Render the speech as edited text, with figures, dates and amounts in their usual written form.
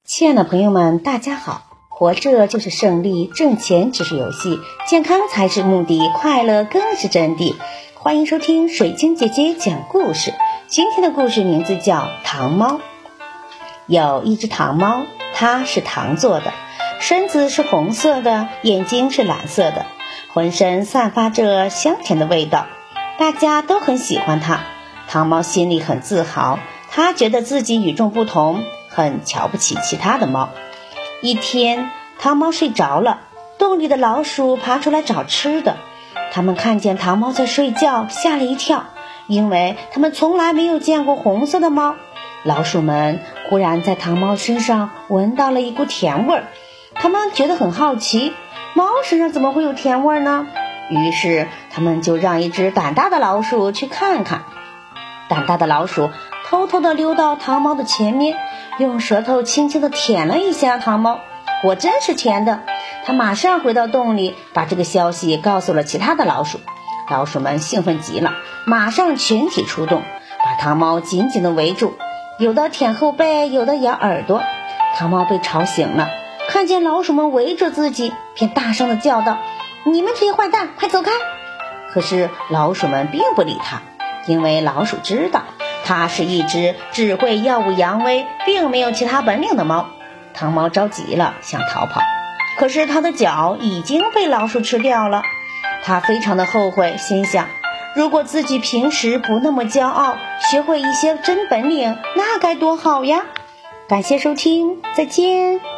亲爱的朋友们，大家好！活着就是胜利，挣钱只是游戏，健康才是目的，快乐更是真谛。欢迎收听水晶姐姐讲故事。今天的故事名字叫糖猫。有一只糖猫，它是糖做的，身子是红色的，眼睛是蓝色的，浑身散发着香甜的味道，大家都很喜欢它。糖猫心里很自豪，它觉得自己与众不同，很瞧不起其他的猫。一天，糖猫睡着了，洞里的老鼠爬出来找吃的。它们看见糖猫在睡觉，吓了一跳，因为它们从来没有见过红色的猫。老鼠们忽然在糖猫身上闻到了一股甜味儿，它们觉得很好奇，猫身上怎么会有甜味呢？于是它们就让一只胆大的老鼠去看看。胆大的老鼠偷偷地溜到糖猫的前面，用舌头轻轻地舔了一下糖猫，果真是甜的。它马上回到洞里，把这个消息告诉了其他的老鼠。老鼠们兴奋极了，马上全体出动，把糖猫紧紧地围住，有的舔后背，有的咬耳朵。糖猫被吵醒了，看见老鼠们围着自己，便大声地叫道：你们这些坏蛋，快走开！可是老鼠们并不理它，因为老鼠知道它是一只只会耀武扬威，并没有其他本领的猫。糖猫着急了，想逃跑，可是它的脚已经被老鼠吃掉了。它非常的后悔，心想，如果自己平时不那么骄傲，学会一些真本领，那该多好呀！感谢收听，再见。